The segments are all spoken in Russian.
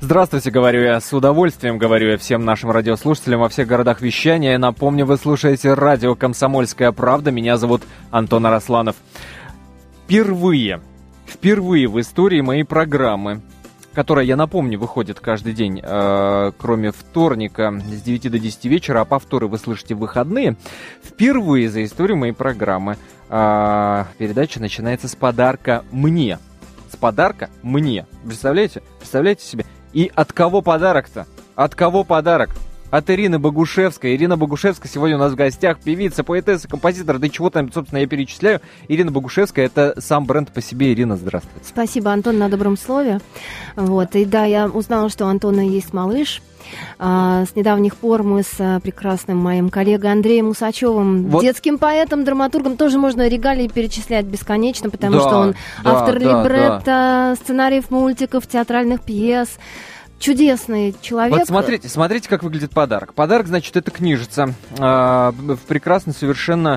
Здравствуйте, говорю я, с удовольствием говорю я всем нашим радиослушателям во всех городах вещания. Напомню, вы слушаете радио «Комсомольская правда». Меня зовут Антон Арасланов. Впервые в истории моей программы, которая, я напомню, выходит каждый день, кроме вторника с 9 до 10 вечера, а повторы вы слышите в выходные, впервые за историю моей программы передача начинается с подарка мне. С подарка мне. Представляете? Представляете себе? И от кого подарок-то? От кого подарок? От Ирины Богушевской. Ирина Богушевская сегодня у нас в гостях. Певица, поэтесса, композитор. Да чего там, собственно, я перечисляю. Ирина Богушевская — это сам бренд по себе. Ирина, здравствуйте. Спасибо, Антон, на добром слове. Вот. И да, я узнала, что у Антона есть малыш. С недавних пор мы с прекрасным моим коллегой Андреем Усачевым, детским поэтом, драматургом, тоже можно регалии перечислять бесконечно, потому что он автор либретто, сценариев мультиков, театральных пьес. Чудесный человек. Вот смотрите, как выглядит подарок. Подарок, значит, это книжица в прекрасной совершенно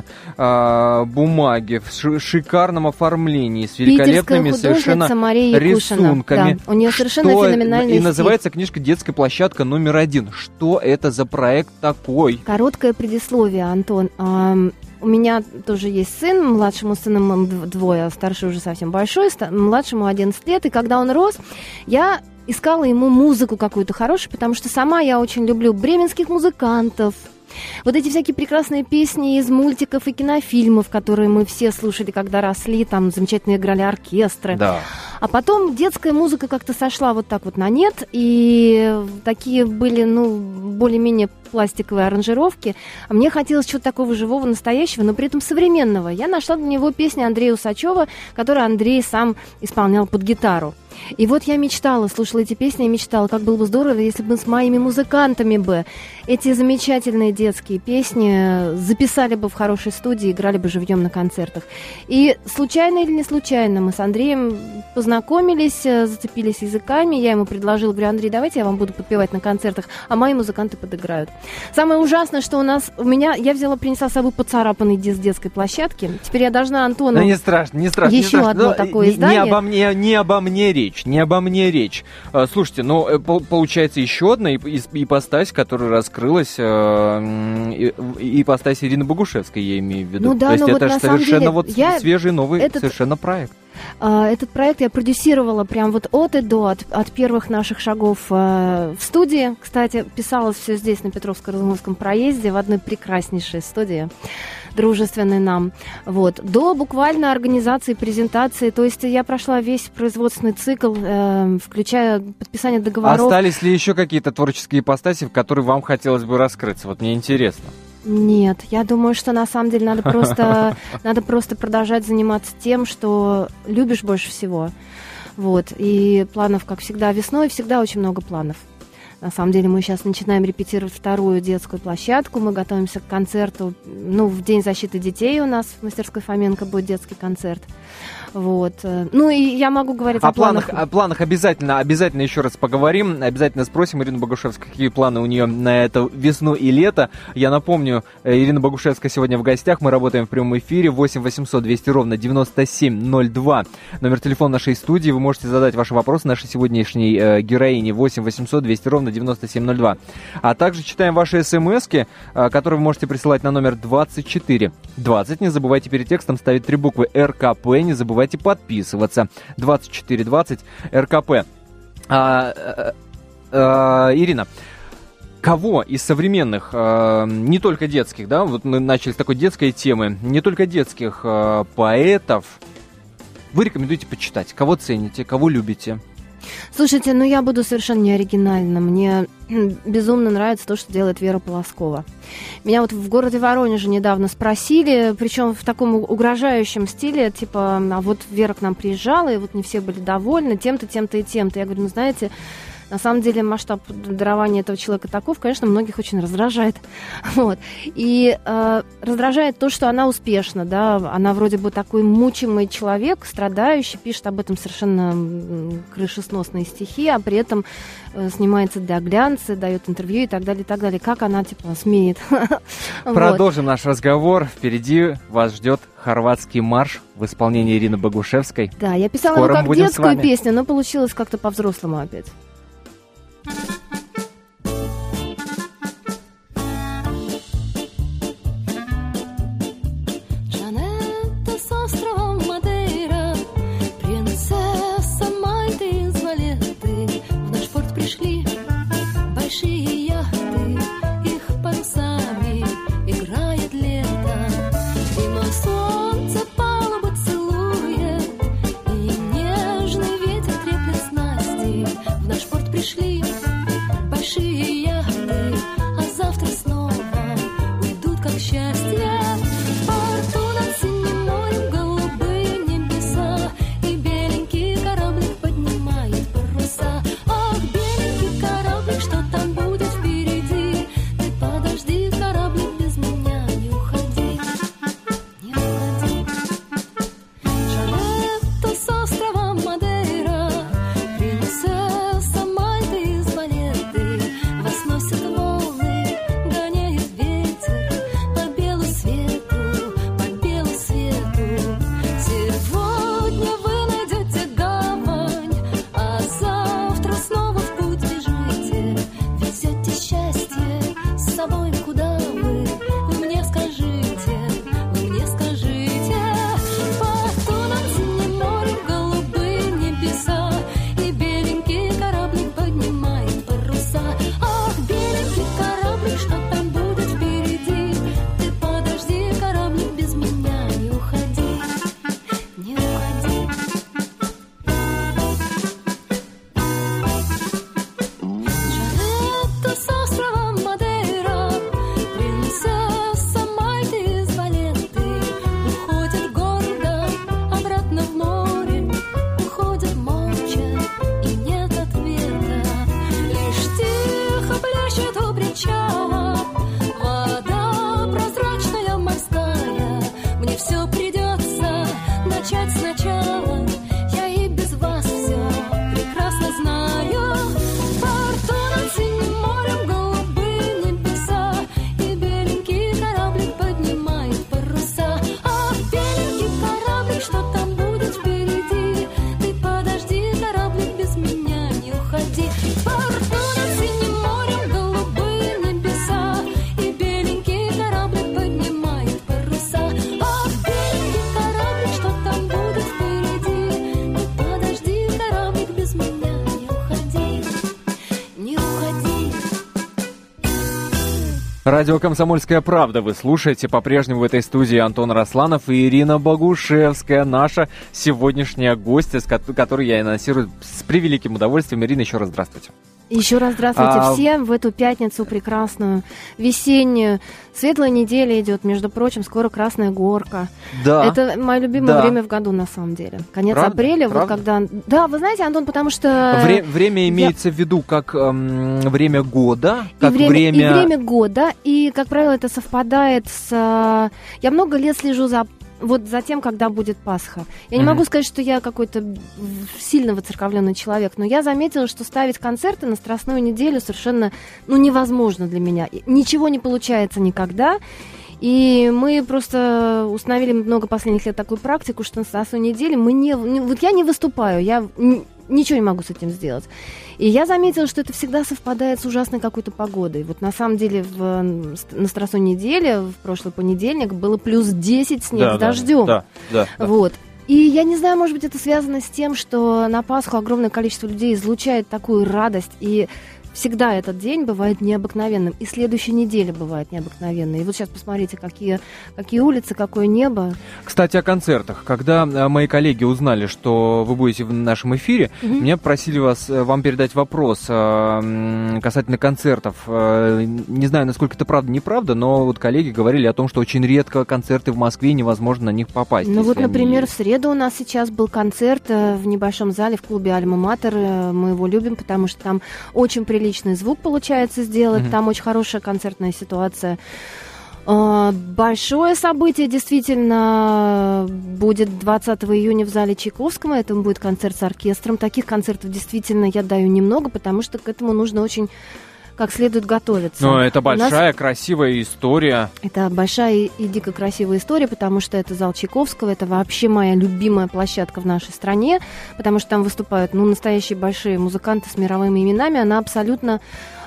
бумаге, в шикарном оформлении, с великолепными совершенно рисунками. Да, у нее совершенно феноменальный стиль. И называется книжка «Детская площадка номер 1». Что это за проект такой? Короткое предисловие, Антон. У меня тоже есть сын, младшему сыну 2, старший уже совсем большой, младшему 11 лет. И когда он рос, я искала ему музыку какую-то хорошую, потому что сама я очень люблю бременских музыкантов. Вот эти всякие прекрасные песни из мультиков и кинофильмов, которые мы все слушали, когда росли, там замечательно играли оркестры. Да. А потом детская музыка как-то сошла вот так вот на нет, и такие были, более-менее пластиковые аранжировки. А мне хотелось чего-то такого живого, настоящего, но при этом современного. Я нашла для него песню Андрея Усачева, которую Андрей сам исполнял под гитару. И вот я мечтала, слушала эти песни и мечтала, как было бы здорово, если бы мы с моими музыкантами бы эти замечательные детские песни записали бы в хорошей студии, играли бы живьем на концертах. И случайно или не случайно мы с Андреем познакомились, зацепились языками, я ему предложила, говорю: Андрей, давайте я вам буду подпевать на концертах, а мои музыканты подыграют. Самое ужасное, что я принесла с собой поцарапанный диск детской площадки. Теперь я должна Антону... Да не страшно. Еще одно такое издание. Не обо мне речь. Слушайте, получается еще одна ипостась, которая раскрылась, ипостась Ирины Богушевской, я имею в виду. То есть это же совершенно свежий, новый совершенно проект. Этот проект я продюсировала прям вот от и до, от первых наших шагов в студии. Кстати, писалось все здесь, на Петровско-Разумовском проезде, в одной прекраснейшей студии, дружественной нам. Вот. До буквально организации, презентации. То есть я прошла весь производственный цикл, включая подписание договоров. Остались ли еще какие-то творческие ипостаси, в которые вам хотелось бы раскрыться? Вот мне интересно. Нет, я думаю, что на самом деле надо просто продолжать заниматься тем, что любишь больше всего. Вот. И планов, как всегда, весной всегда очень много планов. На самом деле мы сейчас начинаем репетировать вторую детскую площадку. Мы готовимся к концерту. В День защиты детей у нас в мастерской Фоменко будет детский концерт. Вот. И я могу говорить о планах. О планах обязательно еще раз поговорим. Обязательно спросим Ирину Богушевскую, какие планы у нее на эту весну и лето. Я напомню, Ирина Богушевская сегодня в гостях. Мы работаем в прямом эфире. 8 800 200 ровно 9702. Номер телефона нашей студии. Вы можете задать ваши вопросы нашей сегодняшней героине. 8 800 200 ровно 9702. А также читаем ваши смски, которые вы можете присылать на номер 2420. Не забывайте перед текстом ставить 3 буквы РКП. Не забывайте подписываться. 2420 РКП. Ирина, кого из современных, не только детских, да, вот мы начали с такой детской темы, не только детских поэтов, вы рекомендуете почитать? Кого цените, кого любите? Слушайте, я буду совершенно не оригинальна. Мне безумно нравится то, что делает Вера Полоскова. Меня вот в городе Воронеже недавно спросили, причем в таком угрожающем стиле, типа, а вот Вера к нам приезжала, и вот не все были довольны тем-то, тем-то и тем-то. Я говорю, знаете, на самом деле масштаб дарования этого человека таков, конечно, многих очень раздражает. Вот. И раздражает то, что она успешна, да, она вроде бы такой мучимый человек, страдающий, пишет об этом совершенно крышесносные стихи, а при этом снимается для глянца, дает интервью и так далее, и так далее. Как она, смеет. Продолжим наш разговор. Впереди вас ждет хорватский марш в исполнении Ирины Богушевской. Да, я писала его как детскую песню, но получилось как-то по-взрослому опять. Радио «Комсомольская правда» вы слушаете. По-прежнему в этой студии Антон Росланов и Ирина Богушевская, наша сегодняшняя гостья, которую я анонсирую с превеликим удовольствием. Ирина, еще раз здравствуйте. Еще раз здравствуйте всем в эту пятницу прекрасную, весеннюю. Светлая неделя идет, между прочим, скоро Красная Горка. Да. Это мое любимое время в году, на самом деле. Конец апреля, вот когда... Да, вы знаете, Антон, потому что... Время имеется в виду как время года, как и время года, и, как правило, это совпадает с... Я много лет слежу за тем, когда будет Пасха. Я не могу сказать, что я какой-то сильно воцерковленный человек, но я заметила, что ставить концерты на Страстную неделю совершенно невозможно для меня. Ничего не получается никогда. И мы просто установили много последних лет такую практику, что на Страстную неделю я не выступаю, я ничего не могу с этим сделать. И я заметила, что это всегда совпадает с ужасной какой-то погодой. Вот на самом деле на Страстной неделе, в прошлый понедельник, было плюс 10 снег с дождем. Да. Вот. И я не знаю, может быть, это связано с тем, что на Пасху огромное количество людей излучает такую радость, и всегда этот день бывает необыкновенным, и следующая неделя бывает необыкновенной. И вот сейчас посмотрите, какие улицы, какое небо. Кстати, о концертах. Когда мои коллеги узнали, что вы будете в нашем эфире, меня просили вам передать вопрос касательно концертов. Не знаю, насколько это правда, неправда, но вот коллеги говорили о том, что очень редко концерты в Москве, невозможно на них попасть. Ну вот, например, в среду у нас сейчас был концерт в небольшом зале в клубе «Альма-Матер». Мы его любим, потому что там очень приличный звук получается сделать, там очень хорошая концертная ситуация. Большое событие действительно будет 20 июня в зале Чайковского. Это будет концерт с оркестром. Таких концертов действительно я даю немного, потому что к этому нужно очень как следует готовиться. Но это большая, красивая история. Это большая и дико красивая история, потому что это зал Чайковского, это вообще моя любимая площадка в нашей стране, потому что там выступают настоящие большие музыканты с мировыми именами. Она абсолютно...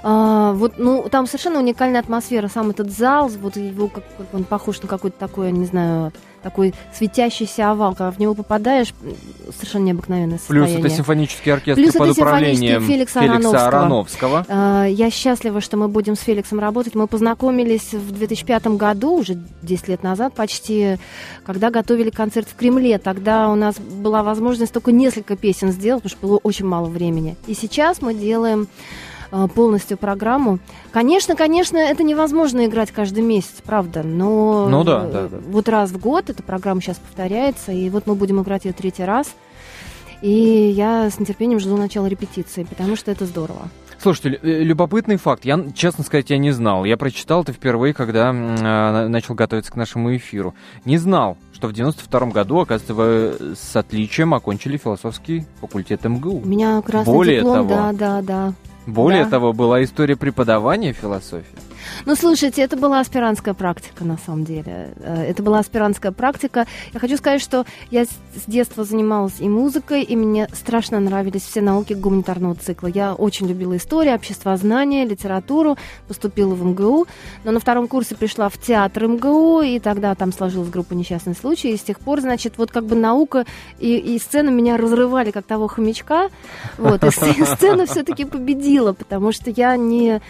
там совершенно уникальная атмосфера. Сам этот зал, вот его, как он похож на какой-то такой, я не знаю, такой светящийся овал. Когда в него попадаешь, совершенно необыкновенное состояние. Плюс это симфонический оркестр под управлением Феликса Ароновского. Я счастлива, что мы будем с Феликсом работать. Мы познакомились в 2005 году, уже 10 лет назад почти, когда готовили концерт в Кремле. Тогда у нас была возможность только несколько песен сделать, потому что было очень мало времени. И сейчас мы делаем полностью программу. Конечно, это невозможно играть каждый месяц, правда, но вот раз в год эта программа сейчас повторяется, и вот мы будем играть ее 3-й раз, и я с нетерпением жду начала репетиции, потому что это здорово. Слушайте, любопытный факт. Я, честно сказать, я не знал. Я прочитал это впервые, когда начал готовиться к нашему эфиру. Не знал, что в 92-м году, оказывается, вы с отличием окончили философский факультет МГУ. У меня красный диплом, да. Более того, была история преподавания философии. Ну, слушайте, это была аспирантская практика, на самом деле. Это была аспирантская практика. Я хочу сказать, что я с детства занималась и музыкой, и мне страшно нравились все науки гуманитарного цикла. Я очень любила историю, обществознание, литературу, поступила в МГУ, но на 2-м курсе пришла в театр МГУ, и тогда там сложилась группа «Несчастный случай», и с тех пор, значит, вот как бы наука и сцена меня разрывали, как того хомячка, вот, и сцена все-таки победила, потому что я не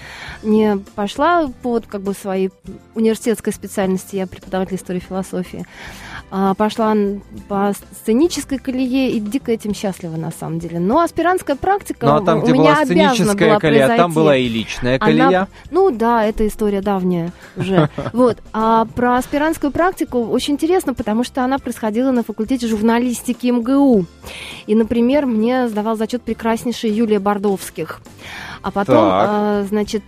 пошла по как бы своей университетской специальности, я преподаватель истории и философии, пошла по сценической колее и дико этим счастлива на самом деле. Но аспирантская практика там, у меня была обязана была произойти. А там была и личная колея. Это история давняя уже. Вот. А про аспирантскую практику очень интересно, потому что она происходила на факультете журналистики МГУ. И, например, мне сдавал зачет прекраснейшая Юлия Бардовских. А потом,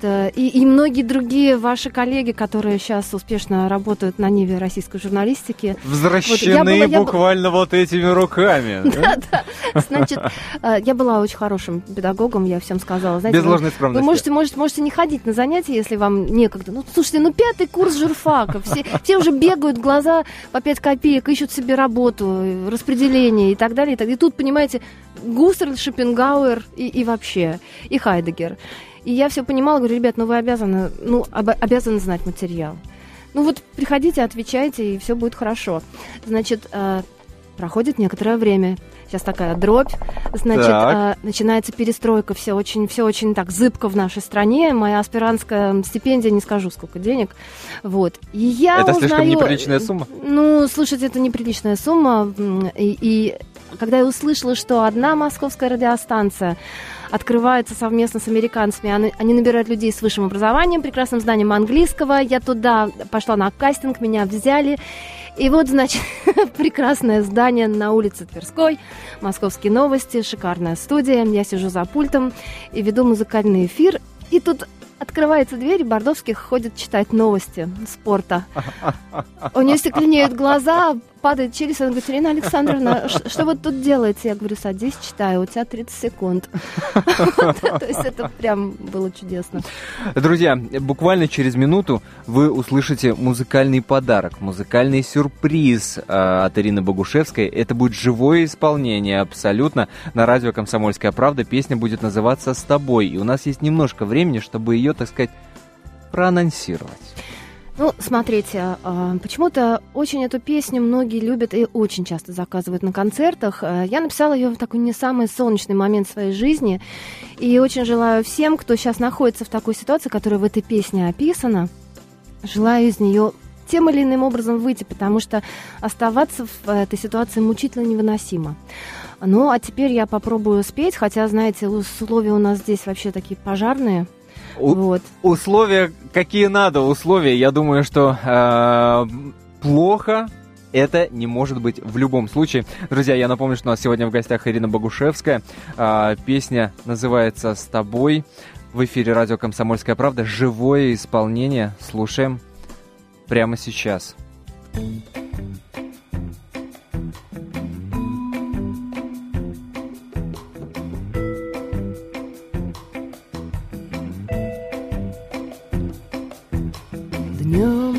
и многие другие ваши коллеги, которые сейчас успешно работают на ниве российской журналистики. Возвращены буквально вот этими руками. Да. Значит, я была очень хорошим педагогом, я всем сказала. Знаете, без ложной скромности. Вы можете не ходить на занятия, если вам некогда. Слушайте, 5-й курс журфака. Все уже бегают, глаза по 5 копеек, ищут себе работу, распределение и так далее. И тут, понимаете, Гуссерль, Шопенгауэр и вообще, и Хайдеггер. И я все понимала, говорю, ребят, вы обязаны знать материал. Приходите, отвечайте, и все будет хорошо. Значит, проходит некоторое время. Сейчас такая дробь. Значит, начинается перестройка. Все очень так зыбко в нашей стране. Моя аспирантская стипендия, не скажу, сколько денег. Вот. И я это узнаю... слишком неприличная сумма? Ну, слушайте, это неприличная сумма. И когда я услышала, что одна московская радиостанция открывается совместно с американцами, они набирают людей с высшим образованием, прекрасным знанием английского, я туда пошла на кастинг, меня взяли. И вот, значит, прекрасное здание на улице Тверской, «Московские новости», шикарная студия. Я сижу за пультом и веду музыкальный эфир. И тут открывается дверь, и Бардовский ходит читать новости спорта. У нее стекленеют глаза, падает челюсть, она говорит: Ирина Александровна, что вы тут делаете? Я говорю: садись, читаю, у тебя 30 секунд. То есть это прям было чудесно. Друзья, буквально через минуту вы услышите музыкальный подарок, музыкальный сюрприз от Ирины Богушевской. Это будет живое исполнение абсолютно на радио «Комсомольская правда». Песня будет называться «С тобой». И у нас есть немножко времени, чтобы ее, так сказать, проанонсировать. Ну, смотрите, почему-то очень эту песню многие любят и очень часто заказывают на концертах. Я написала ее в такой не самый солнечный момент своей жизни. И очень желаю всем, кто сейчас находится в такой ситуации, которая в этой песне описана, желаю из нее тем или иным образом выйти, потому что оставаться в этой ситуации мучительно невыносимо. Ну, а теперь я попробую спеть, хотя, знаете, условия у нас здесь вообще такие пожарные. Вот. Условия какие надо, условия. Я думаю, что плохо это не может быть в любом случае. Друзья, я напомню, что у нас сегодня в гостях Ирина Богушевская. Песня называется «С тобой». В эфире радио «Комсомольская правда». Живое исполнение. Слушаем прямо сейчас. Днем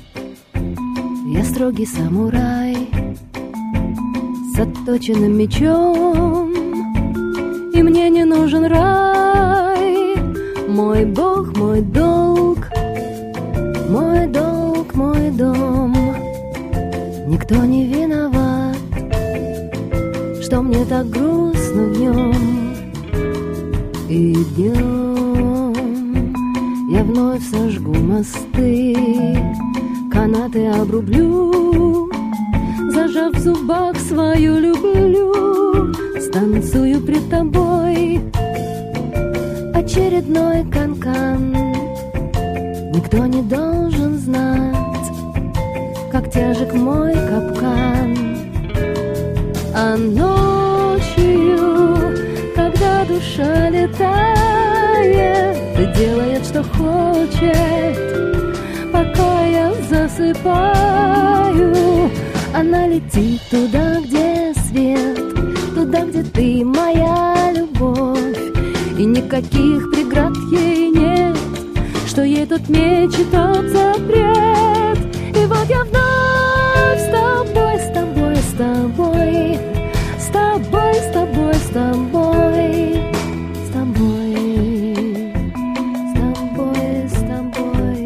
я строгий самурай с отточенным мечом, и мне не нужен рай. Мой Бог, мой долг, мой долг, мой дом. Никто не виноват, что мне так грустно в нем. И днем я вновь сожгу мосты, канаты обрублю, зажав в зубах свою люблю, станцую пред тобой очередной канкан. Никто не должен знать, как тяжек мой капкан. А ночью, когда душа летает и делает, что хочет, пока я засыпаю, она летит туда, где свет, туда, где ты, моя любовь, и никаких преград ей нет, что ей тут мечет тот запрет. И вот я вновь с тобой, с тобой, с тобой, с тобой, с тобой, с тобой, с тобой, с тобой, с тобой.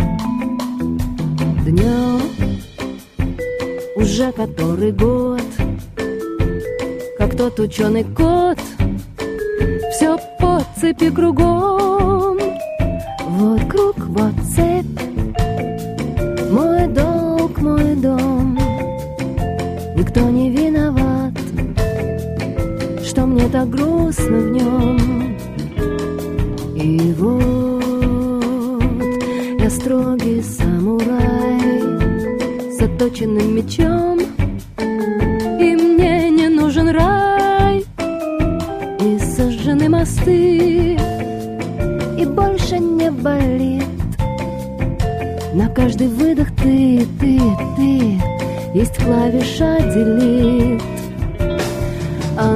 Днем уже который год, как тот ученый кот, все по цепи кругом. Вот круг, вот цепь, мой долг, мой дом. Никто не виноват, что мне так грустно в нем. И вот я строгий самурай с отточенным мечом, и мне не нужен рай и сожжены мосты, и больше не болит. На каждый выдох ты, есть клавиша делит. А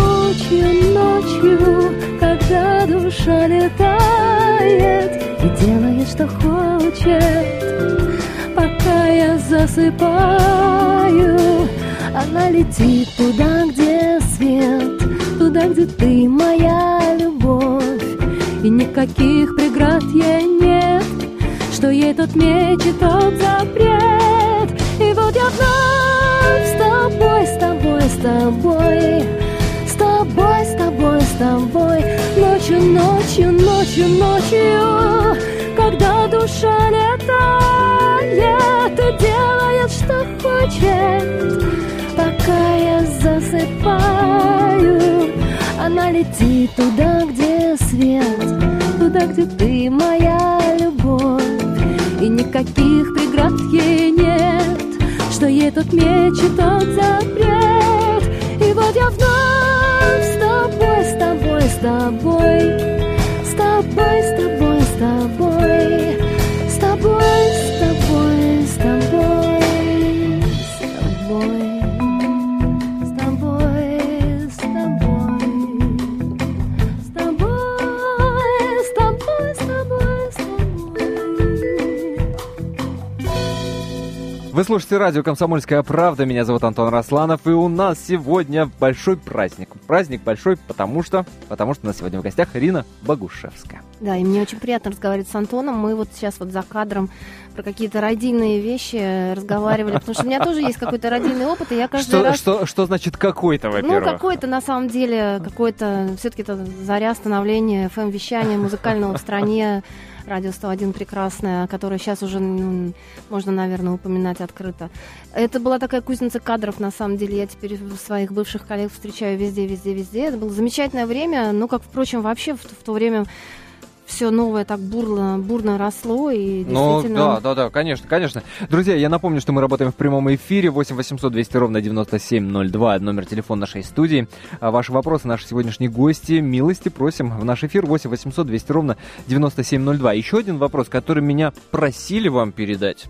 ночью, когда душа летает и делает, что хочет, пока я засыпаю, она летит туда, где свет, туда, где ты, моя любовь, и никаких преград ей нет, что ей тут мечет тот запрет. И вот я вновь с тобой, с тобой, с тобой, с тобой, с тобой, с тобой, ночью, ночью, ночью, ночью, когда душа летает и делает, что хочет, пока я засыпаю. Она летит туда, где свет, туда, где ты моя любовь, и никаких преград ей нет, что ей тут меч и тот запрет. И вот я вновь с тобой, с тобой, с тобой, с тобой, с тобой, с тобой, с тобой, с тобой, с тобой, с тобой. Вы слушаете радио «Комсомольская правда». Меня зовут Антон Росланов. И у нас сегодня большой праздник. Праздник большой, потому что у нас сегодня в гостях Ирина Богушевская. Да, и мне очень приятно разговаривать с Антоном. Мы вот сейчас вот за кадром про какие-то родийные вещи разговаривали, потому что у меня тоже есть какой-то родийный опыт, и я каждый раз... Что значит какой-то, во-первых? Ну, какой-то, на самом деле, какой-то... Все-таки это заря становления ФМ-вещания музыкального в стране. Радио 101 прекрасное, которое сейчас уже можно, наверное, упоминать открыто. Это была такая кузница кадров, на самом деле. Я теперь своих бывших коллег встречаю везде, везде, везде. Это было замечательное время, ну, как, впрочем, вообще в то время все новое так бурно росло и действительно... Ну, да, конечно. Друзья, я напомню, что мы работаем в прямом эфире. 8 800 200 ровно 9702, номер телефона нашей студии. Ваши вопросы, наши сегодняшние гости, милости просим в наш эфир. 8 800 200 ровно 9702. Еще один вопрос, который меня просили вам передать.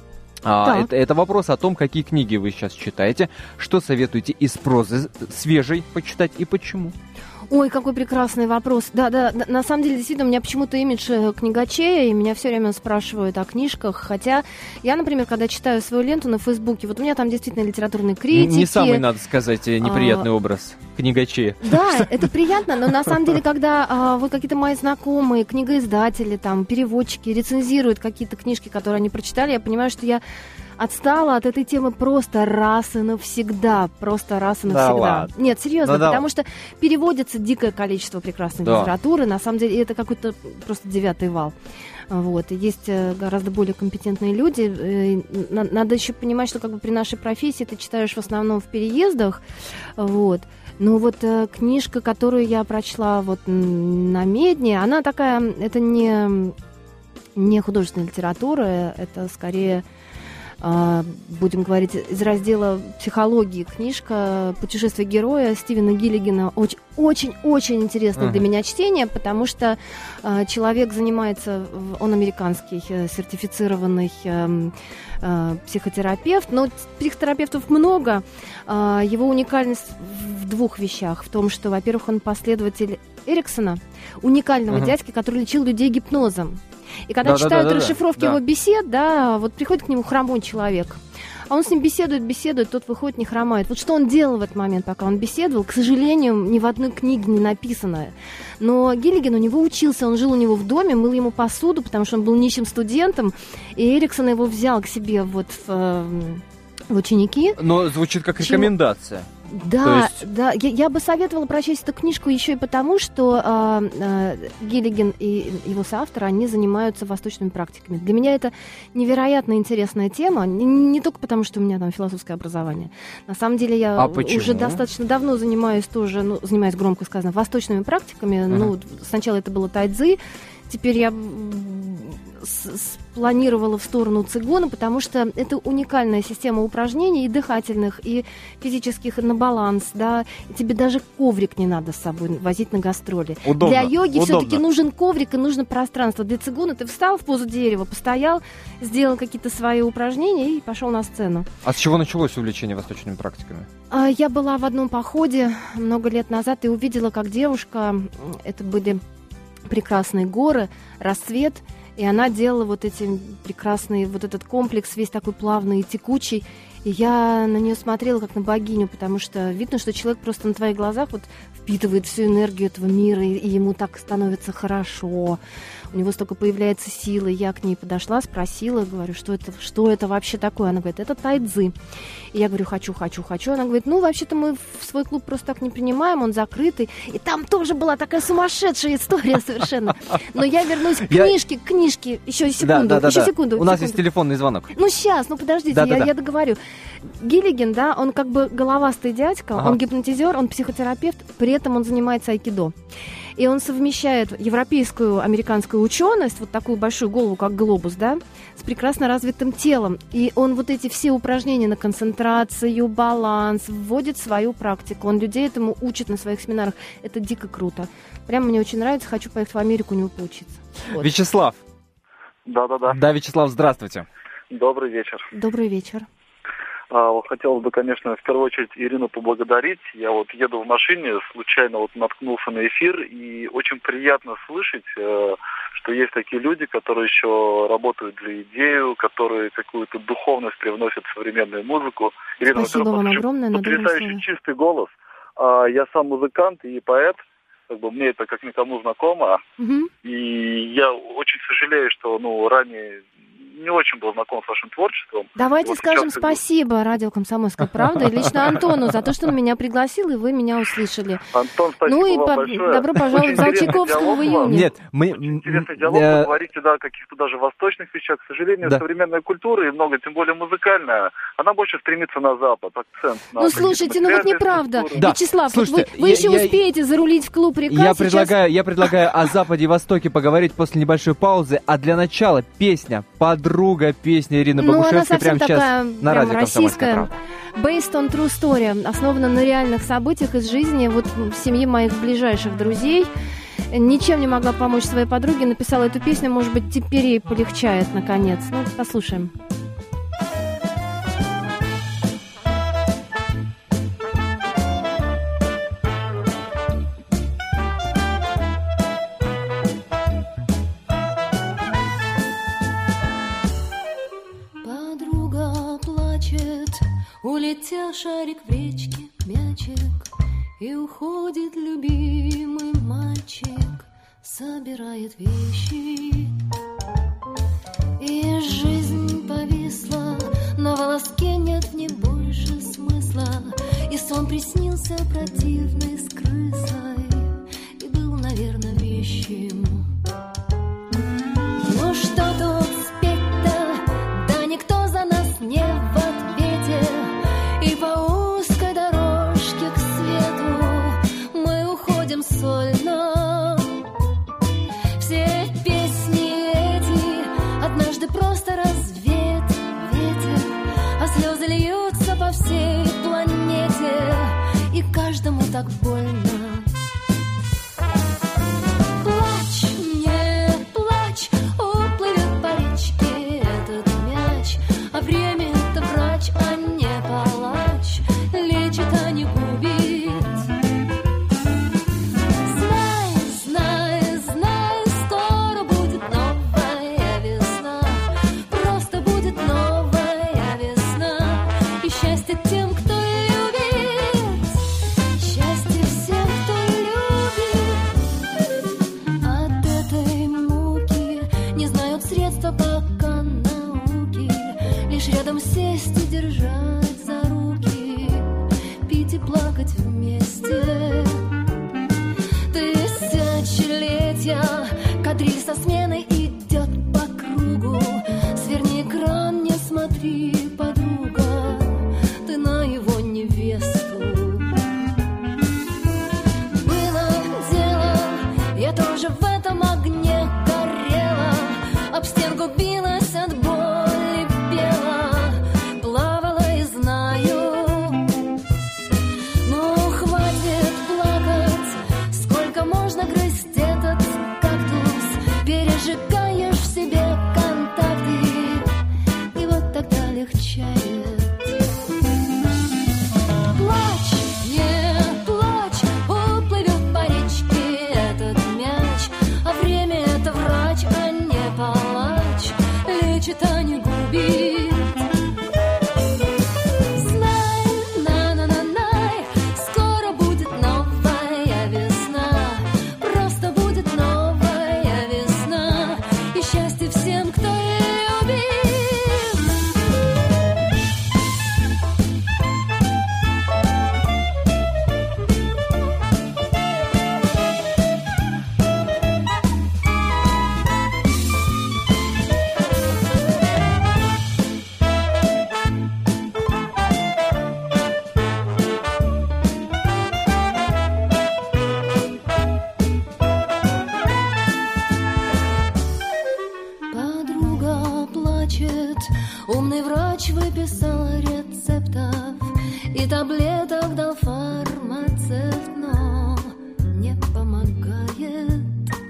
Это вопрос о том, какие книги вы сейчас читаете, что советуете из прозы свежей почитать и почему. Ой, какой прекрасный вопрос. Да, на самом деле, действительно, у меня почему-то имидж книгачея, и меня все время спрашивают о книжках, хотя я, например, когда читаю свою ленту на Фейсбуке, вот у меня там действительно литературные критики. Не самый, надо сказать, неприятный образ книгачея. Да, это приятно, но на самом деле, когда вот какие-то мои знакомые, книгоиздатели, там, переводчики рецензируют какие-то книжки, которые они прочитали, я понимаю, что я отстала от этой темы просто раз и навсегда. Да ладно. Нет, серьезно, потому что переводится дикое количество прекрасной литературы. На самом деле, это какой-то просто 9-й вал. Вот. И есть гораздо более компетентные люди. Надо еще понимать, что как бы при нашей профессии ты читаешь в основном в переездах. Вот. Но вот книжка, которую я прочла вот на Медне, она такая, это не художественная литература, это скорее... будем говорить, из раздела психологии книжка «Путешествие героя» Стивена Гиллигана. Очень-очень интересное для меня чтение, потому что человек занимается, он американский сертифицированный психотерапевт, но психотерапевтов много. Его уникальность в двух вещах. В том, что, во-первых, он последователь Эриксона, уникального дядьки, который лечил людей гипнозом. И когда читают расшифровки его бесед, вот приходит к нему хромой человек, а он с ним беседует, тот выходит, не хромает. Вот что он делал в этот момент, пока он беседовал, к сожалению, ни в одной книге не написано. Но Гиллиган у него учился, он жил у него в доме, мыл ему посуду, потому что он был нищим студентом, и Эриксон его взял к себе вот в ученики. Но звучит как рекомендация. Да, я бы советовала прочесть эту книжку еще и потому, что Гиллиган и его соавторы, они занимаются восточными практиками. Для меня это невероятно интересная тема, не только потому, что у меня там философское образование. На самом деле я уже достаточно давно занимаюсь громко сказано, восточными практиками. Сначала это было тайцзи, теперь я спланировала в сторону цигуна, потому что это уникальная система упражнений и дыхательных, и физических на баланс, да. И тебе даже коврик не надо с собой возить на гастроли. Удобно, для йоги все-таки нужен коврик и нужно пространство. Для цигуна ты встал в позу дерева, постоял, сделал какие-то свои упражнения и пошел на сцену. А с чего началось увлечение восточными практиками? Я была в одном походе много лет назад и увидела, как девушка, это были прекрасные горы, рассвет, и она делала вот эти прекрасные, вот этот комплекс весь такой плавный и текучий. И я на нее смотрела как на богиню, потому что видно, что человек просто на твоих глазах вот впитывает всю энергию этого мира, и ему так становится хорошо. У него столько появляется силы. Я к ней подошла, спросила, говорю, что это вообще такое? Она говорит, это тайцзи. И я говорю, хочу. Она говорит, ну, вообще-то мы в свой клуб просто так не принимаем, он закрытый. И там тоже была такая сумасшедшая история совершенно. Но я вернусь к книжке. Еще секунду. У нас есть телефонный звонок. Ну, сейчас, подождите, я договорю. Гиллиган, да, он как бы головастый дядька, он гипнотизер, он психотерапевт, при этом он занимается айкидо. И он совмещает европейскую, американскую ученость, вот такую большую голову, как глобус, да, с прекрасно развитым телом. И он вот эти все упражнения на концентрацию, баланс, вводит в свою практику. Он людей этому учит на своих семинарах. Это дико круто. Прямо мне очень нравится, хочу поехать в Америку у него поучиться. Вот. Вячеслав. Да. Да, Вячеслав, здравствуйте. Добрый вечер. Добрый вечер. Хотелось бы, конечно, в первую очередь Ирину поблагодарить. Я еду в машине, случайно наткнулся на эфир, и очень приятно слышать, что есть такие люди, которые еще работают для идею, которые какую-то духовность привносят в современную музыку. Ирина, спасибо вам огромное. Потрясающий чистый голос. Я сам музыкант и поэт. Мне это как никому знакомо. И я очень сожалею, что ранее не очень был знаком с вашим творчеством. Давайте скажем спасибо радио «Комсомольская правда» и лично Антону за то, что он меня пригласил, и вы меня услышали. Антон, спасибо вам большое. Добро пожаловать в зал Чайковского в июне. Нет, интересный диалог, вы говорите, о каких-то даже восточных вещах. К сожалению, современная культура, и много, тем более музыкальная, она больше стремится на Запад, акцент на... слушайте, неправда. Вячеслав, слушайте, вы еще успеете зарулить в клуб «Река». Я предлагаю о Западе и Востоке поговорить после небольшой паузы, а для начала песня песня Ирины Богушевской прямо сейчас на радио «Комсомольская правда». Based on true story, основана на реальных событиях из жизни семьи моих ближайших друзей. Ничем не могла помочь своей подруге, написала эту песню, может быть, теперь ей полегчает, наконец. Послушаем. Улетел шарик в речке, мячик, и уходит любимый мальчик, собирает вещи. И жизнь повисла, на волоске нет в ней больше смысла. И сон приснился противный с крысой, и был, наверное, вещим. Ну что тут спеть-то, да никто за нас не в ответе. И по узкой дорожке к свету мы уходим сольно. Все песни эти однажды просто развеет ветер, а слезы льются по всей планете, и каждому так больно. Плачь, не плачь, уплывет по речке этот мяч, а время это врач, а не палач, лечит, а не губит. Знай, знай, знай, скоро будет новая весна, просто будет новая весна, и счастье тем, кто любит, счастье всем, кто любит. От этой муки не знают средства пока науки, лишь рядом сесть и держать за руки, пить и плакать вместе. Тысячелетия кадриль со сменой идет по кругу. Сверни экран, не смотри, подруга, ты на его невесту. Было дело, я тоже в этом огне горела, об стенку билась от боли, пела, плавала и знаю. Ну, хватит плакать, сколько можно грызть этот кактус, пережигаешь в себе контакты, и вот тогда легчает. Плачь, не плачь, уплывет по речке этот мяч, а время Умный врач выписал рецептов и таблеток дал фармацевт, но не помогает.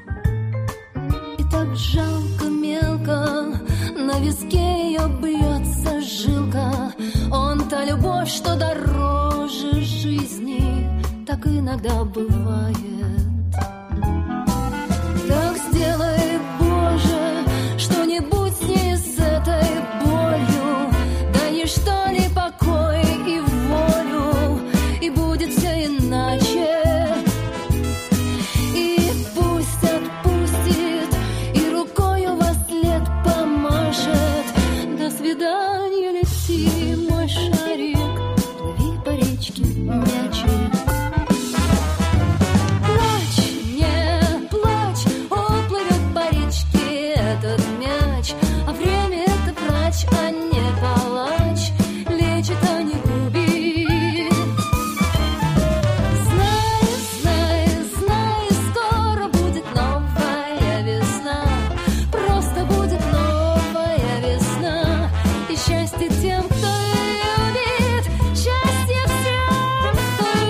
И так жалко мелко, на виске ее бьется жилка. Он та любовь, что дороже жизни, так иногда бывает. Так сделай, Боже, что-нибудь с ней, с этой болью. Дай ей, что ли, покой и волю, и будет все иначе. И пусть отпустит, и рукою во след помашет. До свидания, лети, мой шарик, плыви по речке мячик. А не палач, лечит, а не губит. Знай, скоро будет новая весна. Просто будет новая весна. И счастье тем, кто любит. Счастье всем, кто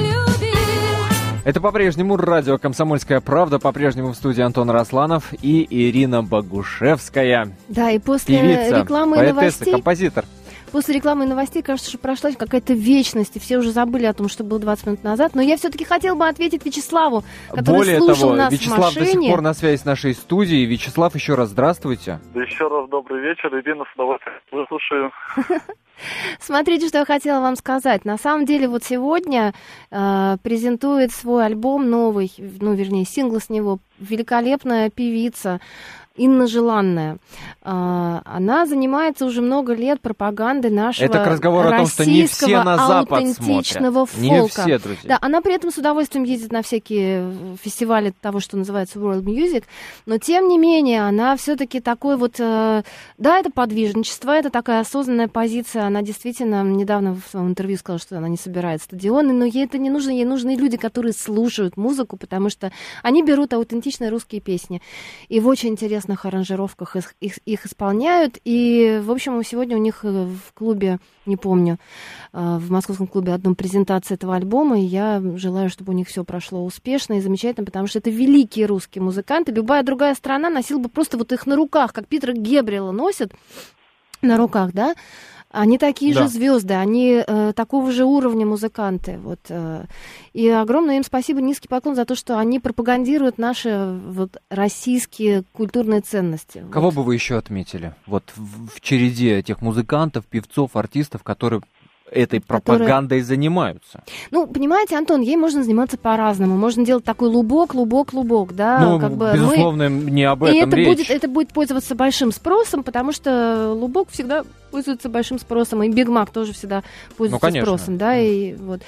любит. Это по-прежнему радио «Комсомольская правда», по-прежнему в студии Антон Росланов и Ирина Богушевская. Да, и после Певица, рекламы и поэтесса, новостей... композитор. После рекламы и новостей, кажется, что прошла какая-то вечность, и все уже забыли о том, что было 20 минут назад. Но я все-таки хотела бы ответить Вячеславу, который Более слушал того, нас Вячеслав в машине. до сих пор на связи с нашей студией. Вячеслав, еще раз здравствуйте. Да еще раз добрый вечер, Ирина, с удовольствием выслушаю. Смотрите, что я хотела вам сказать. На самом деле, вот сегодня презентует свой альбом новый, ну, вернее, сингл с него, великолепная певица Инна Желанная. Она занимается уже много лет пропагандой нашего Это к разговору о том, что не все на Запад аутентичного смотрят. фолка. Не все, друзья. Да, она при этом с удовольствием ездит на всякие фестивали того, что называется World Music, но тем не менее она все-таки такой вот, да, это подвижничество, это такая осознанная позиция. Она действительно недавно в своем интервью сказала, что она не собирает стадионы, но ей это не нужно, ей нужны люди, которые слушают музыку, потому что они берут аутентичные русские песни и в очень интересных аранжировках их исполняют. И, в общем, сегодня у них в клубе, не помню, в московском клубе одном презентация этого альбома, и я желаю, чтобы у них все прошло успешно и замечательно, потому что это великие русские музыканты. Любая другая страна носила бы просто вот их на руках, как Питера Гебрела носят на руках, да? Они такие же звезды, они такого же уровня музыканты. Вот, и огромное им спасибо, низкий поклон за то, что они пропагандируют наши вот, российские культурные ценности. Кого бы вы еще отметили? Вот в череде этих музыкантов, певцов, артистов, которые этой пропагандой занимаются. Ну, понимаете, Антон, ей можно заниматься по-разному. Можно делать такой лубок, да. Ну, как бы безусловно, не об этом речь. Это будет пользоваться большим спросом, потому что лубок всегда пользуется большим спросом, и Биг Мак тоже всегда пользуется спросом, да, и вот.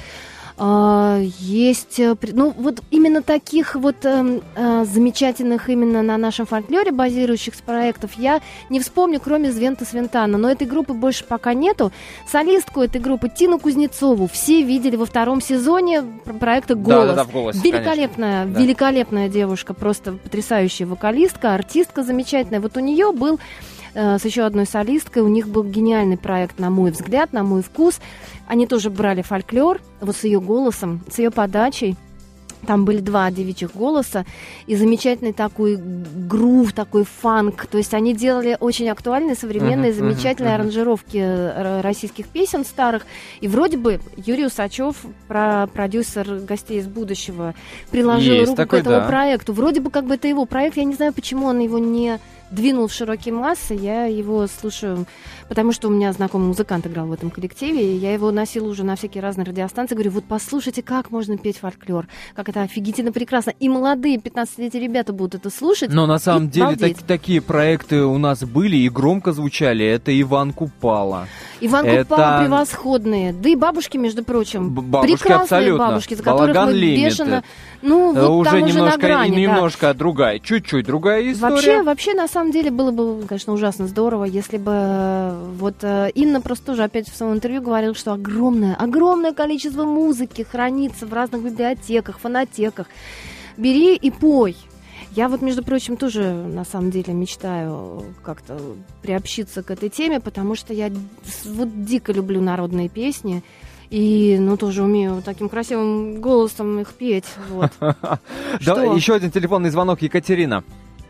Есть, ну, вот именно таких вот замечательных именно на нашем фольклоре базирующихся проектов я не вспомню, кроме Звента Свентана, но этой группы больше пока нету. Солистку этой группы Тину Кузнецову все видели во втором сезоне проекта «Голос». Да, в «Голосе», великолепная, конечно. Великолепная девушка, просто потрясающая вокалистка, артистка замечательная. Вот у нее был с еще одной солисткой, у них был гениальный проект, на мой взгляд, на мой вкус. Они тоже брали фольклор, вот с ее голосом, с ее подачей. Там были 2 девичьих голоса и замечательный такой грув, такой фанк. То есть они делали очень актуальные, современные, замечательные аранжировки российских песен старых. И вроде бы Юрий Усачев, продюсер «Гостей из будущего», приложил руку к этому проекту. Вроде бы как бы это его проект. Я не знаю, почему он его не двинул в широкие массы. Я его слушаю, потому что у меня знакомый музыкант играл в этом коллективе, и я его носила уже на всякие разные радиостанции. Говорю, вот послушайте, как можно петь фольклор, как это офигительно прекрасно. И молодые 15-летние ребята будут это слушать. Но на самом деле такие проекты у нас были и громко звучали. Это Иван Купала. Иван Купала превосходные. Да и бабушки, между прочим. Бабушки прекрасные абсолютно. Бабушки, за которых Балаган мы бешено... Ну, вот уже там немножко, уже на грани, немножко другая, чуть-чуть другая история. Вообще, на самом деле, было бы, конечно, ужасно здорово, если бы... Вот Инна просто тоже опять в своем интервью говорила, что огромное количество музыки хранится в разных библиотеках, фонотеках. Бери и пой. Я вот, между прочим, тоже, на самом деле, мечтаю как-то приобщиться к этой теме, потому что я вот дико люблю народные песни. И, тоже умею таким красивым голосом их петь. Вот. Еще один телефонный звонок. Екатерина.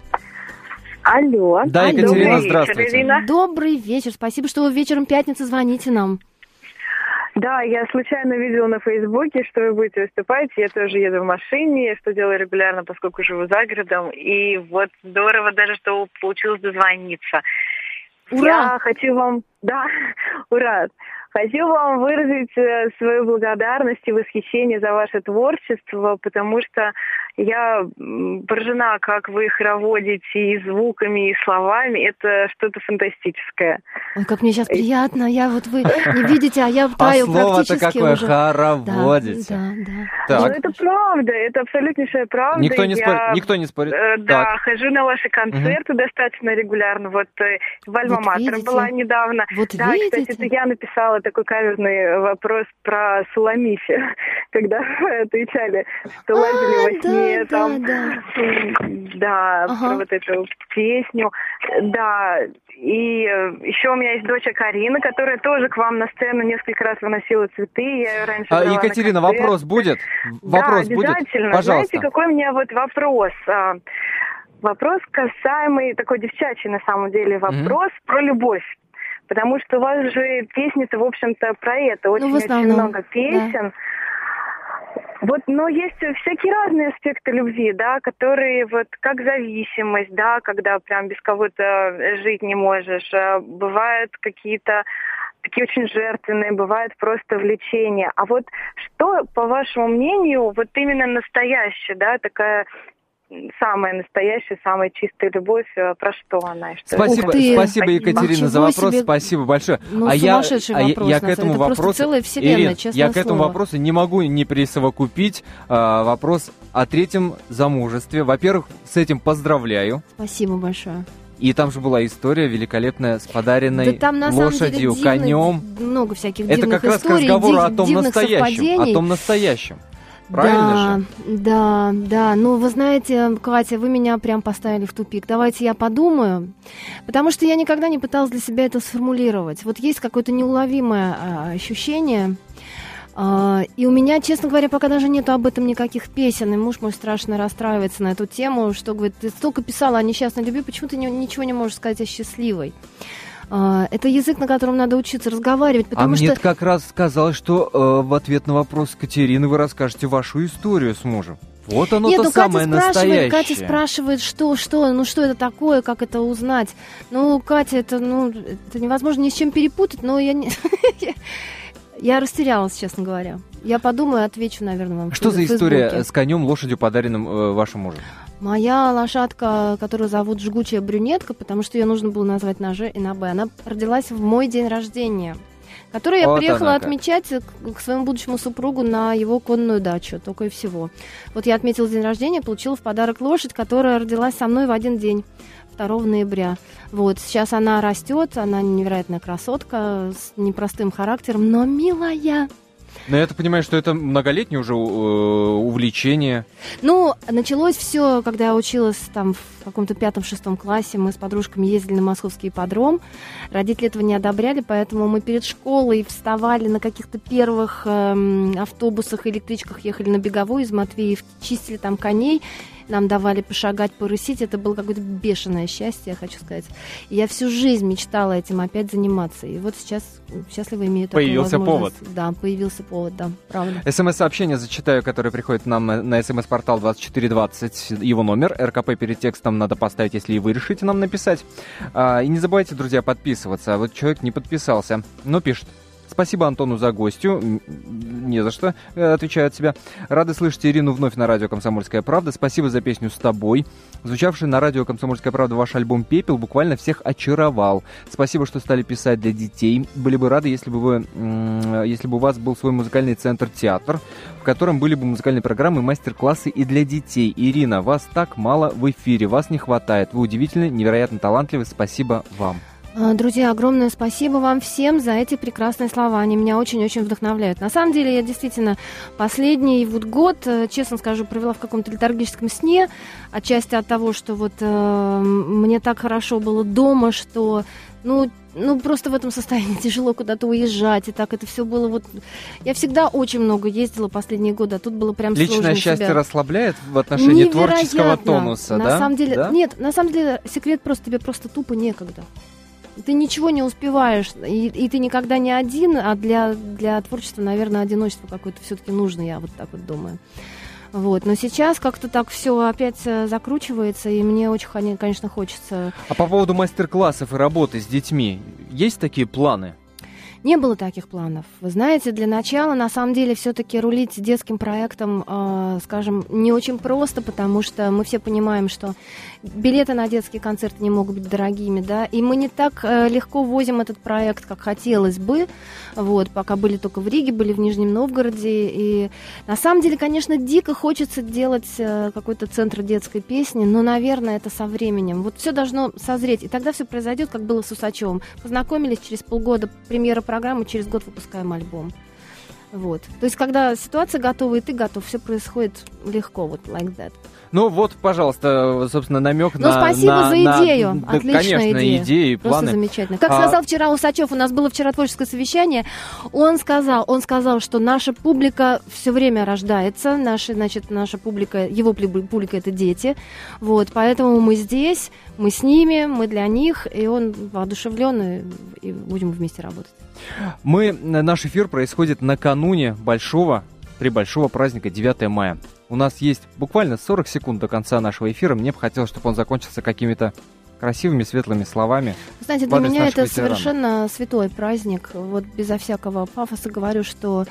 Алло. Да, Екатерина, здравствуйте. Ирина. Добрый вечер. Спасибо, что вы вечером пятницы звоните нам. Да, я случайно видела на Фейсбуке, что вы будете выступать. Я тоже еду в машине, что делаю регулярно, поскольку живу за городом. И вот здорово даже, что получилось дозвониться. Ура! Я хочу вам... Да, ура! Хочу вам выразить свою благодарность и восхищение за ваше творчество, потому что я поражена, как вы хороводите и звуками, и словами. Это что-то фантастическое. Ой, как мне сейчас приятно. Вы не видите, а я таю практически слово-то какое, уже. хороводите. Да. Ну, это правда, это абсолютнейшая правда. Никто не спорит. Да, хожу на ваши концерты достаточно регулярно. Вот в Альма-Матер была недавно. Вот да, видите? кстати, это я написала такой каверный вопрос про Суламифи, когда отвечали, что лазили во сне, про вот эту песню. Да, и еще у меня есть дочь Карина, которая тоже к вам на сцену несколько раз выносила цветы. Я ее раньше брала Екатерина, на концерт. вопрос будет? Вопрос будет? Пожалуйста. Знаете, какой у меня вот вопрос? Вопрос касаемый, такой девчачий на самом деле вопрос про любовь. Потому что у вас же песни-то, в общем-то, про это. Очень много песен. Да. Вот, но есть всякие разные аспекты любви, да, которые вот как зависимость, да, когда прям без кого-то жить не можешь. Бывают какие-то такие очень жертвенные, бывает просто влечение. А вот что, по вашему мнению, вот именно настоящая, да, такая... самая настоящая, самая чистая любовь, про что она? Спасибо, Екатерина, за вопрос, спасибо большое. Сумасшедший вопрос, я к этому это вопросу, целая вселенная, Ирин, честное я к этому вопросу не могу не присовокупить вопрос о третьем замужестве. Во-первых, с этим поздравляю. Спасибо большое. И там же была история великолепная с подаренной лошадью, деле, конем. Много всяких дивных историй. Это как раз разговор о том настоящем. Правильно же? Да. Ну, вы знаете, Катя, вы меня прям поставили в тупик. Давайте я подумаю. Потому что я никогда не пыталась для себя это сформулировать. Вот есть какое-то неуловимое ощущение. И у меня, честно говоря, пока даже нету об этом никаких песен. И муж мой страшно расстраивается на эту тему, что говорит, ты столько писала о несчастной любви, почему ты ничего не можешь сказать о счастливой? Это язык, на котором надо учиться разговаривать, потому что... мне как раз сказалось, что в ответ на вопрос Катерины вы расскажете вашу историю с мужем. Вот оно-то самое настоящее. Катя спрашивает, что это такое, как это узнать. Катя, это невозможно ни с чем перепутать, но я растерялась, честно говоря. Я подумаю, отвечу, наверное, вам. Что за история с конем, лошадью, подаренным вашим мужем? Моя лошадка, которую зовут Жгучая брюнетка, потому что ее нужно было назвать на Ж и на Б, она родилась в мой день рождения, который я приехала отмечать к своему будущему супругу на его конную дачу, только и всего. Вот я отметила день рождения, получила в подарок лошадь, которая родилась со мной в один день, 2 ноября. Вот, сейчас она растет, она невероятная красотка, с непростым характером, но милая. Но я так понимаю, что это многолетнее уже увлечение. Началось все, когда я училась там в каком-то 5-6 классе. Мы с подружками ездили на московский ипподром. Родители этого не одобряли, поэтому мы перед школой вставали на каких-то первых автобусах, электричках, ехали на Беговую из Матвеевки, чистили там коней. Нам давали пошагать, порысить. Это было какое-то бешеное счастье, я хочу сказать. И я всю жизнь мечтала этим опять заниматься. И вот сейчас счастливо имею такую возможность. Появился повод, да, правда. СМС-сообщение зачитаю, которое приходит нам на СМС-портал 2420. Его номер. РКП перед текстом надо поставить, если и вы решите нам написать. И не забывайте, друзья, подписываться. Вот человек не подписался, но пишет. Спасибо Антону за гостью. Не за что, отвечаю от себя. Рады слышать Ирину вновь на радио «Комсомольская правда». Спасибо за песню «С тобой». Звучавший на радио «Комсомольская правда» ваш альбом «Пепел» буквально всех очаровал. Спасибо, что стали писать для детей. Были бы рады, если бы у вас был свой музыкальный центр-театр, в котором были бы музыкальные программы, мастер-классы и для детей. Ирина, вас так мало в эфире, вас не хватает. Вы удивительны, невероятно талантливы. Спасибо вам. Друзья, огромное спасибо вам всем за эти прекрасные слова. Они меня очень-очень вдохновляют. На самом деле, я действительно последний год, честно скажу, провела в каком-то летаргическом сне. Отчасти от того, что мне так хорошо было дома, что просто в этом состоянии тяжело куда-то уезжать. И так это все было Я всегда очень много ездила последние годы, а тут было прям сложно. Личное счастье расслабляет в отношении творческого тонуса, на самом деле, да? Нет, на самом деле секрет тебе просто тупо некогда. Ты ничего не успеваешь, и ты никогда не один, а для творчества, наверное, одиночество какое-то все-таки нужно, я так думаю. Но сейчас как-то так все опять закручивается, и мне очень, конечно, хочется... А по поводу мастер-классов и работы с детьми, есть такие планы? Не было таких планов. Вы знаете, для начала, на самом деле, все-таки рулить детским проектом, скажем, не очень просто, потому что мы все понимаем, что билеты на детские концерты не могут быть дорогими, да, и мы не так легко возим этот проект, как хотелось бы, пока были только в Риге, были в Нижнем Новгороде, и на самом деле, конечно, дико хочется делать какой-то центр детской песни, но, наверное, это со временем. Все должно созреть, и тогда все произойдет, как было с Усачевым. Познакомились, через полгода премьера программы, через год выпускаем альбом. То есть, когда ситуация готова, и ты готов, все происходит легко, like that. Пожалуйста, собственно, намек на... спасибо за идею. Отличная конечно, идея и планы. Просто замечательно. Как сказал вчера Усачев, у нас было вчера творческое совещание, он сказал, что наша публика все время рождается, наша публика, его публика — это дети, поэтому мы здесь, мы с ними, мы для них, и он воодушевлен, и будем вместе работать. Наш эфир происходит накануне большого праздника 9 мая. У нас есть буквально 40 секунд до конца нашего эфира. Мне бы хотелось, чтобы он закончился какими-то красивыми, светлыми словами. Знаете, для меня это совершенно святой праздник. Безо всякого пафоса говорю, что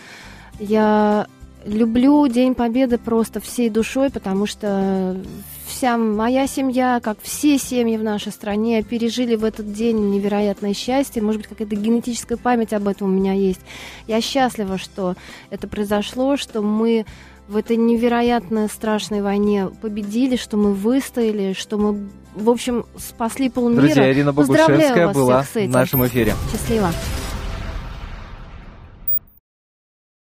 я люблю День Победы просто всей душой, потому что вся моя семья, как все семьи в нашей стране, пережили в этот день невероятное счастье. Может быть, какая-то генетическая память об этом у меня есть. Я счастлива, что это произошло, что мы в этой невероятно страшной войне победили, что мы выстояли, что мы, в общем, спасли полмира. Друзья, Ирина Богушевская была в нашем эфире. Счастливо.